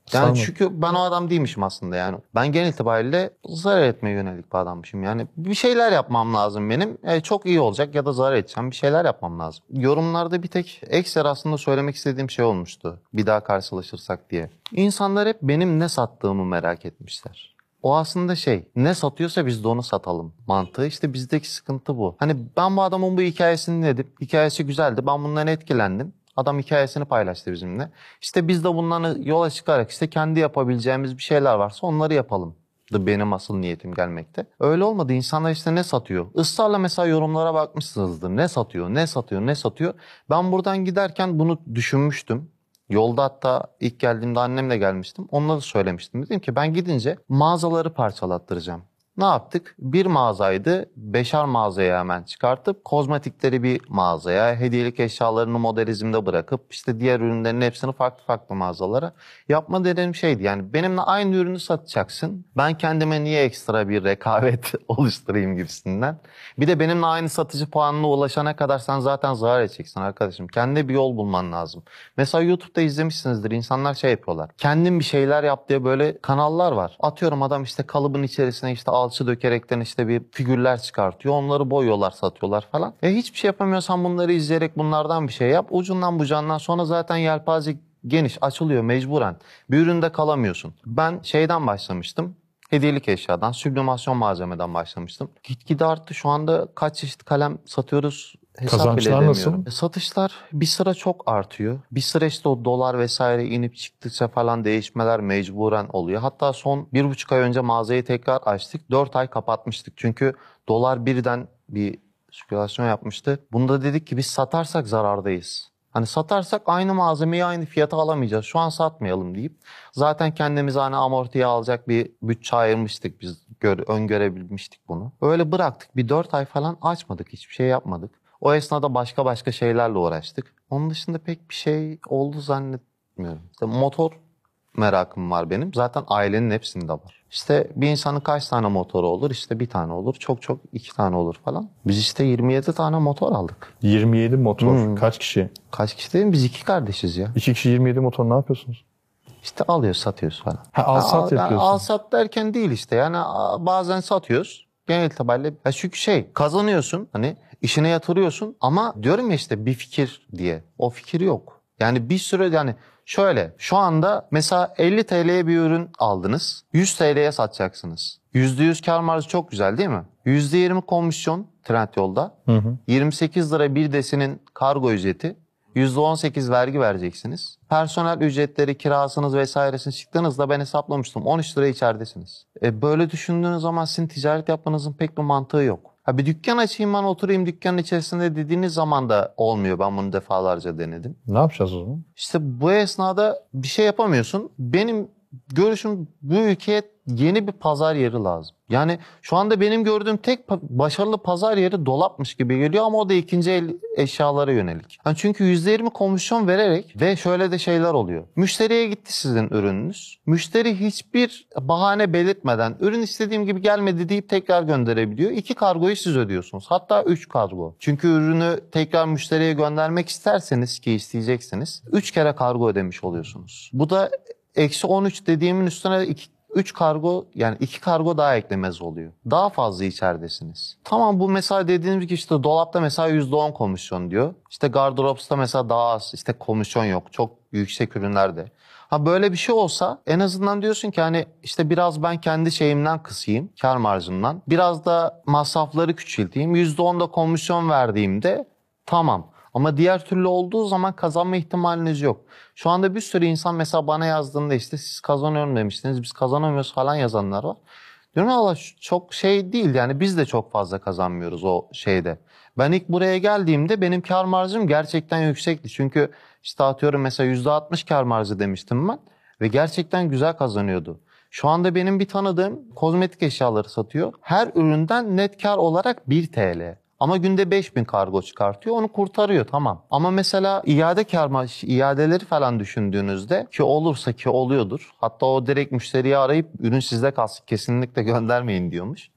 Yani Sarmadı. çünkü ben o adam değilmişim aslında yani. Ben genel itibariyle zarar etmeye yönelik bir adammışım. Yani bir şeyler yapmam lazım benim. E, çok iyi olacak ya da zarar edeceğim bir şeyler yapmam lazım. Yorumlarda bir tek ekstra aslında söylemek istediğim şey olmuştu. Bir daha karşılaşırsak diye. İnsanlar hep benim ne sattığımı merak etmişler. O aslında şey, ne satıyorsa biz de onu satalım mantığı. İşte bizdeki sıkıntı bu. Hani ben bu adamın bu hikayesini dinledim. Hikayesi güzeldi. Ben bundan etkilendim. Adam hikayesini paylaştı bizimle. İşte biz de bundan yola çıkarak işte kendi yapabileceğimiz bir şeyler varsa onları yapalım. Benim asıl niyetim gelmekte. Öyle olmadı. İnsanlar işte ne satıyor? Israrla mesela yorumlara bakmışsınızdır. Ne satıyor, ne satıyor, ne satıyor? Ben buradan giderken bunu düşünmüştüm. Yolda hatta ilk geldiğimde annemle gelmiştim. Onunla da söylemiştim. Dedim ki ben gidince mağazaları parçalattıracağım. Ne yaptık? Bir mağazaydı. Beşer mağazaya hemen çıkartıp kozmetikleri bir mağazaya, hediyelik eşyalarını modelizmde bırakıp işte diğer ürünlerin hepsini farklı farklı mağazalara yapma dediğim şeydi. Yani benimle aynı ürünü satacaksın. Ben kendime niye ekstra bir rekabet oluşturayım gibisinden. Bir de benimle aynı satıcı puanına ulaşana kadar sen zaten zarar edeceksin arkadaşım. Kendine bir yol bulman lazım. Mesela YouTube'da izlemişsinizdir. İnsanlar şey yapıyorlar. Kendin bir şeyler yap diye böyle kanallar var. Atıyorum adam işte kalıbın içerisine işte alçı dökerekten işte bir figürler çıkartıyor. Onları boyuyorlar, satıyorlar falan. E hiçbir şey yapamıyorsan bunları izleyerek bunlardan bir şey yap. Ucundan bucağından sonra zaten yelpaze geniş açılıyor mecburen. Bir üründe kalamıyorsun. Ben şeyden başlamıştım. Hediyelik eşyadan, süblimasyon malzemeden başlamıştım. Gitgide arttı. Şu anda kaç çeşit kalem satıyoruz hesap bile Kazançlar edemiyorum. nasıl? E, Satışlar bir sıra çok artıyor. Bir sıra işte o dolar vesaire inip çıktıkça falan değişmeler mecburen oluyor. Hatta son bir buçuk ay önce mağazayı tekrar açtık. Dört ay kapatmıştık. Çünkü dolar birden bir sirkülasyon yapmıştı. Bunda dedik ki biz satarsak zarardayız. Hani satarsak aynı malzemeyi aynı fiyata alamayacağız. Şu an satmayalım deyip zaten kendimize hani amortiye alacak bir bütçe ayırmıştık biz. Gör, öngörebilmiştik bunu. Öyle bıraktık. Bir dört ay falan açmadık. Hiçbir şey yapmadık. O esnada başka başka şeylerle uğraştık. Onun dışında pek bir şey oldu zannetmiyorum. İşte motor merakım var benim. Zaten ailenin hepsinde var. İşte bir insanın kaç tane motoru olur? İşte bir tane olur. Çok çok iki tane olur falan. Biz işte yirmi yedi tane motor aldık. yirmi yedi motor. Hmm. Kaç kişi? Kaç kişi değil mi? Biz iki kardeşiz ya. İki kişi yirmi yedi motor ne yapıyorsunuz? İşte alıyoruz, satıyoruz falan. Ha, al sat Ya, yapıyorsun. al sat derken değil işte. Yani a, bazen satıyoruz. Genel itibariyle. Ya çünkü şey kazanıyorsun hani işine yatırıyorsun ama diyorum ya işte bir fikir diye. O fikir yok. Yani bir süre yani şöyle şu anda mesela elli T L'ye bir ürün aldınız. yüz T L'ye satacaksınız. yüzde yüz kar marjı çok güzel değil mi? yüzde yirmi komisyon Trendyol'da. Hı hı. yirmi sekiz lira bir desinin kargo ücreti. yüzde on sekiz vergi vereceksiniz. Personel ücretleri, kirasınız vesairesini çıktığınızda ben hesaplamıştım. on üç lira içeridesiniz. E böyle düşündüğünüz zaman sizin ticaret yapmanızın pek bir mantığı yok. Ha bir dükkan açayım ben oturayım dükkanın içerisinde dediğiniz zaman da olmuyor. Ben bunu defalarca denedim. Ne yapacağız o zaman? İşte bu esnada bir şey yapamıyorsun. Benim görüşüm bu ülkeye yeni bir pazar yeri lazım. Yani şu anda benim gördüğüm tek pa- başarılı pazar yeri dolapmış gibi geliyor ama o da ikinci el eşyalara yönelik. Yani çünkü yüzde yirmi komisyon vererek ve şöyle de şeyler oluyor. Müşteriye gitti sizin ürününüz. Müşteri hiçbir bahane belirtmeden ürün istediğim gibi gelmedi deyip tekrar gönderebiliyor. İki kargoyu siz ödüyorsunuz. Hatta üç kargo. Çünkü ürünü tekrar müşteriye göndermek isterseniz ki isteyeceksiniz. Üç kere kargo ödemiş oluyorsunuz. Bu da eksi on üç dediğimin üstüne iki üç kargo yani iki kargo daha eklemez oluyor. Daha fazla içeridesiniz. Tamam bu mesela dediğiniz gibi işte dolapta mesela yüzde on komisyon diyor. İşte gardıropsta mesela daha az işte komisyon yok. Çok yüksek ürünlerde. Ha böyle bir şey olsa en azından diyorsun ki hani işte biraz ben kendi şeyimden kısayım. Kar marjımdan. Biraz da masrafları küçülteyim. yüzde on da komisyon verdiğimde tamam. Ama diğer türlü olduğu zaman kazanma ihtimaliniz yok. Şu anda bir sürü insan mesela bana yazdığında işte siz kazanıyorum demiştiniz, biz kazanamıyoruz falan yazanlar var. Diyorum Allah çok şey değil yani biz de çok fazla kazanmıyoruz o şeyde. Ben ilk buraya geldiğimde benim kar marjım gerçekten yüksekti. Çünkü işte atıyorum mesela yüzde altmış kar marjı demiştim ben ve gerçekten güzel kazanıyordu. Şu anda benim bir tanıdığım kozmetik eşyaları satıyor. Her üründen net kar olarak bir T L. Ama günde beş bin kargo çıkartıyor. Onu kurtarıyor, tamam. Ama mesela iade karma, iadeleri falan düşündüğünüzde, ki olursa ki oluyordur. Hatta o direkt müşteriyi arayıp ürün sizde kalsın, kesinlikle göndermeyin diyormuş.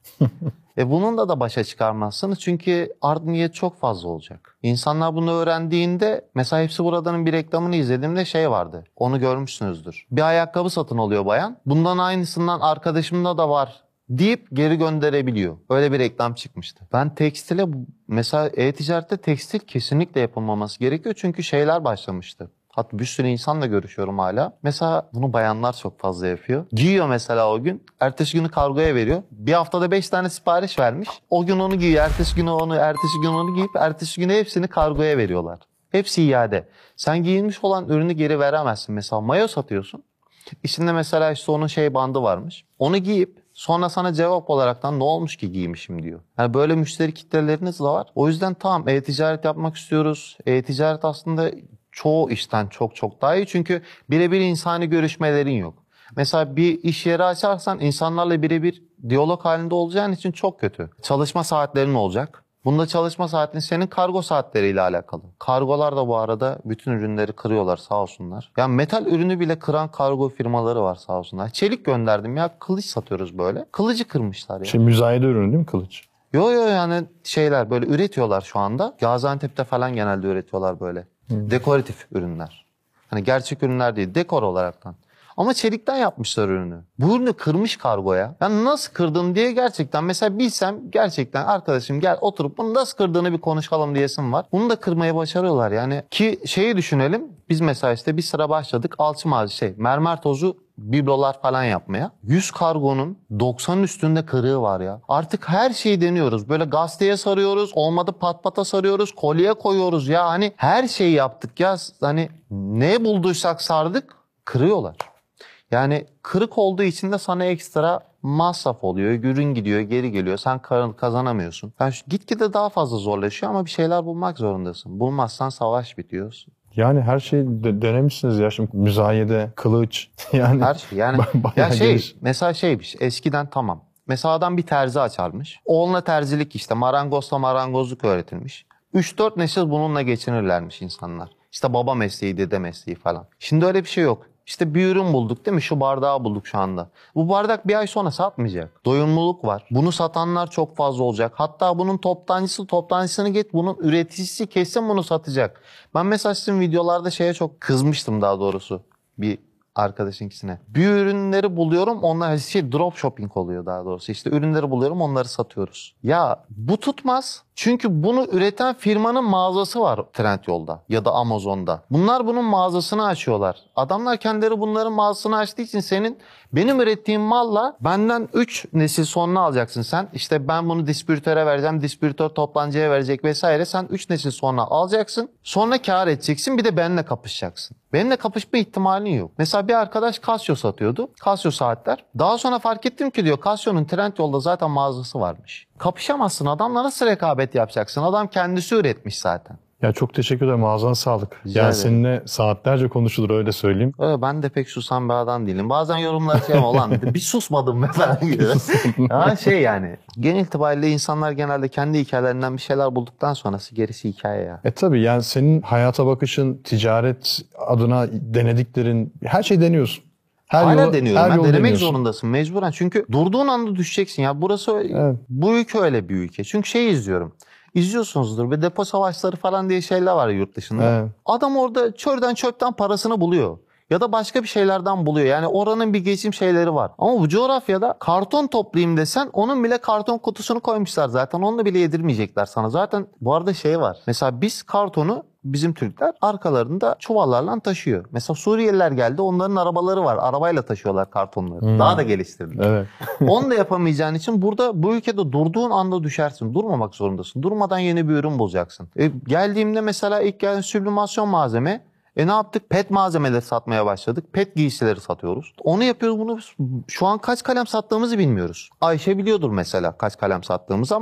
E bununla da başa çıkarmazsınız çünkü art niyet çok fazla olacak. İnsanlar bunu öğrendiğinde, mesela Hepsi Burada'nın bir reklamını izlediğimde şey vardı. Onu görmüşsünüzdür. Bir ayakkabı satın alıyor bayan. Bundan aynısından arkadaşımda da var deyip geri gönderebiliyor. Öyle bir reklam çıkmıştı. Ben tekstile, mesela e-ticarette tekstil kesinlikle yapılmaması gerekiyor çünkü şeyler başlamıştı. Hatta bir sürü insanla görüşüyorum hala. Mesela bunu bayanlar çok fazla yapıyor. Giyiyor mesela o gün. Ertesi günü kargoya veriyor. Bir haftada beş tane sipariş vermiş. O gün onu giyiyor. Ertesi günü onu, ertesi gün onu giyip ertesi günü hepsini kargoya veriyorlar. Hepsi iade. Sen giyilmiş olan ürünü geri veremezsin. Mesela mayo satıyorsun. İçinde mesela işte onun şey bandı varmış. Onu giyip sonra sana cevap olaraktan ne olmuş ki giymişim diyor. Yani böyle müşteri kitleleriniz de var. O yüzden tamam, e-ticaret yapmak istiyoruz. E-ticaret aslında çoğu işten çok çok daha iyi. Çünkü birebir insani görüşmelerin yok. Mesela bir iş yeri açarsan insanlarla birebir diyalog halinde olacağın için çok kötü. Çalışma saatlerin olacak. Bunda çalışma saatin senin kargo saatleriyle alakalı. Kargolar da bu arada bütün ürünleri kırıyorlar sağ olsunlar. Yani metal ürünü bile kıran kargo firmaları var sağ olsunlar. Çelik gönderdim ya, kılıç satıyoruz böyle. Kılıcı kırmışlar ya. Şey, müzayede ürünü değil mi kılıç? Yo yo, yani şeyler böyle üretiyorlar şu anda. Gaziantep'te falan genelde üretiyorlar böyle. Hmm. Dekoratif ürünler. Hani gerçek ürünler değil, dekor olaraktan. Ama çelikten yapmışlar ürünü. Bu ürünü kırmış kargoya. Yani nasıl kırdın diye gerçekten mesela bilsem, gerçekten arkadaşım gel oturup bunu nasıl kırdığını bir konuşalım diyesim var. Bunu da kırmayı başarıyorlar yani. Ki şeyi düşünelim. Biz mesela işte bir sıra başladık alçı malzeme şey mermer tozu biblolar falan yapmaya. yüz kargonun doksanın üstünde kırığı var ya. Artık her şeyi deniyoruz. Böyle gazeteye sarıyoruz. Olmadı patpata sarıyoruz. Kolye koyuyoruz ya. Hani her şeyi yaptık ya. Hani ne bulduysak sardık, kırıyorlar. Yani kırık olduğu için de sana ekstra masraf oluyor. Ürün gidiyor, geri geliyor. Sen kazanamıyorsun. Yani gitgide daha fazla zorlaşıyor ama bir şeyler bulmak zorundasın. Bulmazsan savaş bitiyor. Yani her şeyi de denemişsiniz ya. Şimdi müzayede, kılıç yani. Her şey yani. Ya şey geniş. Mesela şeymiş eskiden tamam. Mesela adam bir terzi açarmış. Oğluna terzilik işte marangozla marangozluk öğretilmiş. üç dört nesil bununla geçinirlermiş insanlar. İşte baba mesleği, dede mesleği falan. Şimdi öyle bir şey yok. İşte bir ürün bulduk değil mi? Şu bardağı bulduk şu anda. Bu bardak bir ay sonra satmayacak. Doyumluluk var. Bunu satanlar çok fazla olacak. Hatta bunun toptancısı toptancısını git. Bunun üreticisi kesin bunu satacak. Ben mesela sizin videolarda şeye çok kızmıştım daha doğrusu. Bir arkadaşınkisine. Bir ürünleri buluyorum, onlar şey drop shopping oluyor daha doğrusu. İşte ürünleri buluyorum, onları satıyoruz. Ya bu tutmaz. Çünkü bunu üreten firmanın mağazası var Trendyol'da ya da Amazon'da. Bunlar bunun mağazasını açıyorlar. Adamlar kendileri bunların mağazasını açtığı için senin benim ürettiğim malla benden üç nesil sonra alacaksın sen. İşte ben bunu distribütöre vereceğim, distribütör toptancıya verecek vesaire. Sen üç nesil sonra alacaksın. Sonra kâr edeceksin, bir de benimle kapışacaksın. Benimle kapışma ihtimalin yok. Mesela bir arkadaş Casio satıyordu. Casio saatler. Daha sonra fark ettim ki diyor Casio'nun Trendyol'da zaten mağazası varmış. Kapışamazsın. Adamla nasıl rekabet yapacaksın? Adam kendisi üretmiş zaten. Ya çok teşekkür ederim. Ağzına sağlık. Rica yani ederim. Seninle saatlerce konuşulur öyle söyleyeyim. Öyle, ben de pek susan bir adam değilim. Bazen yorumlar şey olan bir susmadım mı falan gibi. Ama şey yani genel itibariyle insanlar genelde kendi hikayelerinden bir şeyler bulduktan sonrası gerisi hikaye ya. E tabii yani senin hayata bakışın, ticaret adına denediklerin, her şey deniyorsun. Her Hala yolu, deniyorum. her Ben yolu denemek deniyorsun. zorundasın mecburen. Çünkü durduğun anda düşeceksin ya. Burası Evet. bu ülke öyle bir ülke. Çünkü şey izliyorum. İzliyorsunuzdur ve depo savaşları falan diye şeyler var yurt dışında. Evet. Adam orada çörden çöpten parasını buluyor. Ya da başka bir şeylerden buluyor. Yani oranın bir geçim şeyleri var. Ama bu coğrafyada karton toplayayım desen onun bile karton kutusunu koymuşlar zaten. Onu da bile yedirmeyecekler sana. Zaten bu arada şey var. Mesela biz kartonu bizim Türkler arkalarında çuvallarla taşıyor. Mesela Suriyeliler geldi, onların arabaları var. Arabayla taşıyorlar kartonları. Hmm. Daha da geliştirdik. Evet. Onu da yapamayacağın için burada bu ülkede durduğun anda düşersin. Durmamak zorundasın. Durmadan yeni bir ürün bulacaksın. E, geldiğimde mesela ilk geldiğim süblimasyon malzeme. E ne yaptık? Pet malzemeleri satmaya başladık. Pet giysileri satıyoruz. Onu yapıyoruz, bunu şu an kaç kalem sattığımızı bilmiyoruz. Ayşe biliyordur mesela kaç kalem sattığımızı ama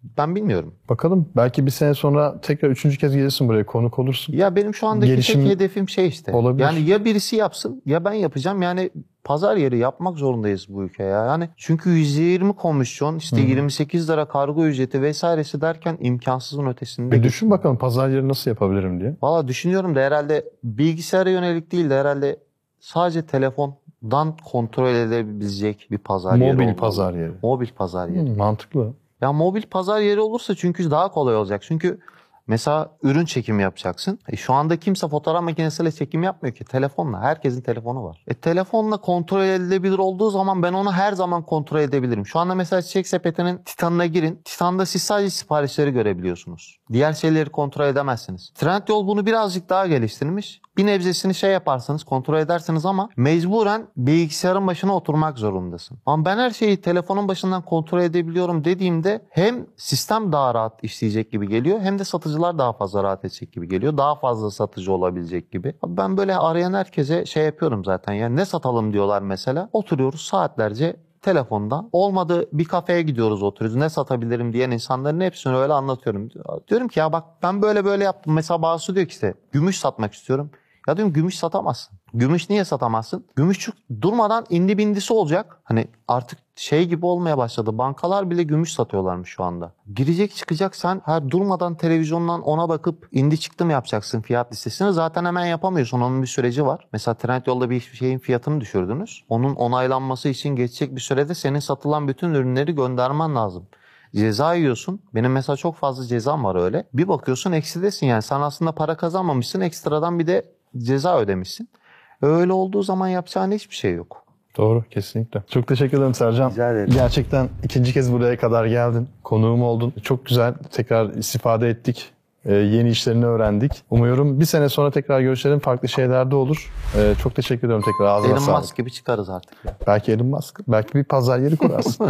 Ben bilmiyorum. Bakalım, belki bir sene sonra tekrar üçüncü kez gelirsin buraya, konuk olursun. Ya benim şu andaki Gelişim tek hedefim şey işte. olabilir. Yani ya birisi yapsın ya ben yapacağım. Yani pazar yeri yapmak zorundayız bu ülkeye ya. Yani çünkü yüzde yirmi komisyon, işte Hı-hı. yirmi sekiz lira kargo ücreti vesairesi derken imkansızın ötesinde. Bir düşün bakalım pazar yeri nasıl yapabilirim diye. Valla düşünüyorum da herhalde bilgisayara yönelik değil de herhalde sadece telefondan kontrol edebilecek bir pazar yeri Mobil olmalı. pazar yeri. Mobil pazar yeri. Hı, mantıklı. Ya mobil pazar yeri olursa çünkü daha kolay olacak. Çünkü mesela ürün çekimi yapacaksın. E şu anda kimse fotoğraf makinesiyle çekim yapmıyor ki. Telefonla. Herkesin telefonu var. E telefonla kontrol edilebilir olduğu zaman ben onu her zaman kontrol edebilirim. Şu anda mesela Çiçek Sepeti'nin Titan'ına girin. Titan'da siz sadece siparişleri görebiliyorsunuz. Diğer şeyleri kontrol edemezsiniz. Trendyol bunu birazcık daha geliştirmiş. Bir nebzesini şey yaparsanız, kontrol edersiniz ama mecburen bilgisayarın başına oturmak zorundasın. Ama ben her şeyi telefonun başından kontrol edebiliyorum dediğimde hem sistem daha rahat işleyecek gibi geliyor hem de satıcılar daha fazla rahat edecek gibi geliyor. Daha fazla satıcı olabilecek gibi. Abi ben böyle arayan herkese şey yapıyorum zaten. Yani ne satalım diyorlar mesela. Oturuyoruz saatlerce telefonda. Olmadı bir kafeye gidiyoruz, oturuyoruz. Ne satabilirim diyen insanların hepsini öyle anlatıyorum. Diyorum ki ya bak ben böyle böyle yaptım. Mesela bazısı diyor ki işte gümüş satmak istiyorum. Ya diyorum gümüş satamazsın. Gümüş niye satamazsın? Gümüş durmadan indi bindisi olacak. Hani artık şey gibi olmaya başladı. Bankalar bile gümüş satıyorlarmış şu anda. Girecek çıkacak sen her durmadan televizyondan ona bakıp indi çıktı mı yapacaksın fiyat listesini. Zaten hemen yapamıyorsun. Onun bir süreci var. Mesela Trendyol'da bir şeyin fiyatını düşürdünüz. Onun onaylanması için geçecek bir sürede senin satılan bütün ürünleri göndermen lazım. Ceza yiyorsun. Benim mesela çok fazla cezam var öyle. Bir bakıyorsun eksidesin yani. Sen aslında para kazanmamışsın. Ekstradan bir de ceza ödemişsin. Öyle olduğu zaman yapacağın hiçbir şey yok. Doğru, kesinlikle. Çok teşekkür ederim Sercan. Rica ederim. Gerçekten ikinci kez buraya kadar geldin. Konuğum oldun. Çok güzel. Tekrar istifade ettik. Ee, yeni işlerini öğrendik. Umuyorum bir sene sonra tekrar görüşelim. Farklı şeylerde olur. Ee, çok teşekkür ediyorum tekrar. Ağzına Elon sağlık. Musk gibi çıkarız artık ya. Belki Elon Musk. Belki bir pazar yeri kurarsın.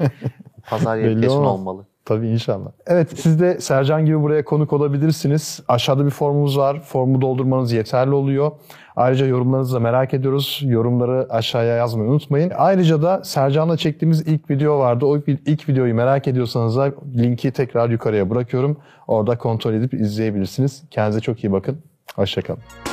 Pazar yeri Belli kesin olmaz. olmalı. Tabii inşallah. Evet, siz de Sercan gibi buraya konuk olabilirsiniz. Aşağıda bir formumuz var. Formu doldurmanız yeterli oluyor. Ayrıca yorumlarınızı da merak ediyoruz. Yorumları aşağıya yazmayı unutmayın. Ayrıca da Sercan'la çektiğimiz ilk video vardı. O ilk videoyu merak ediyorsanız da linki tekrar yukarıya bırakıyorum. Orada kontrol edip izleyebilirsiniz. Kendinize çok iyi bakın. Hoşça kalın.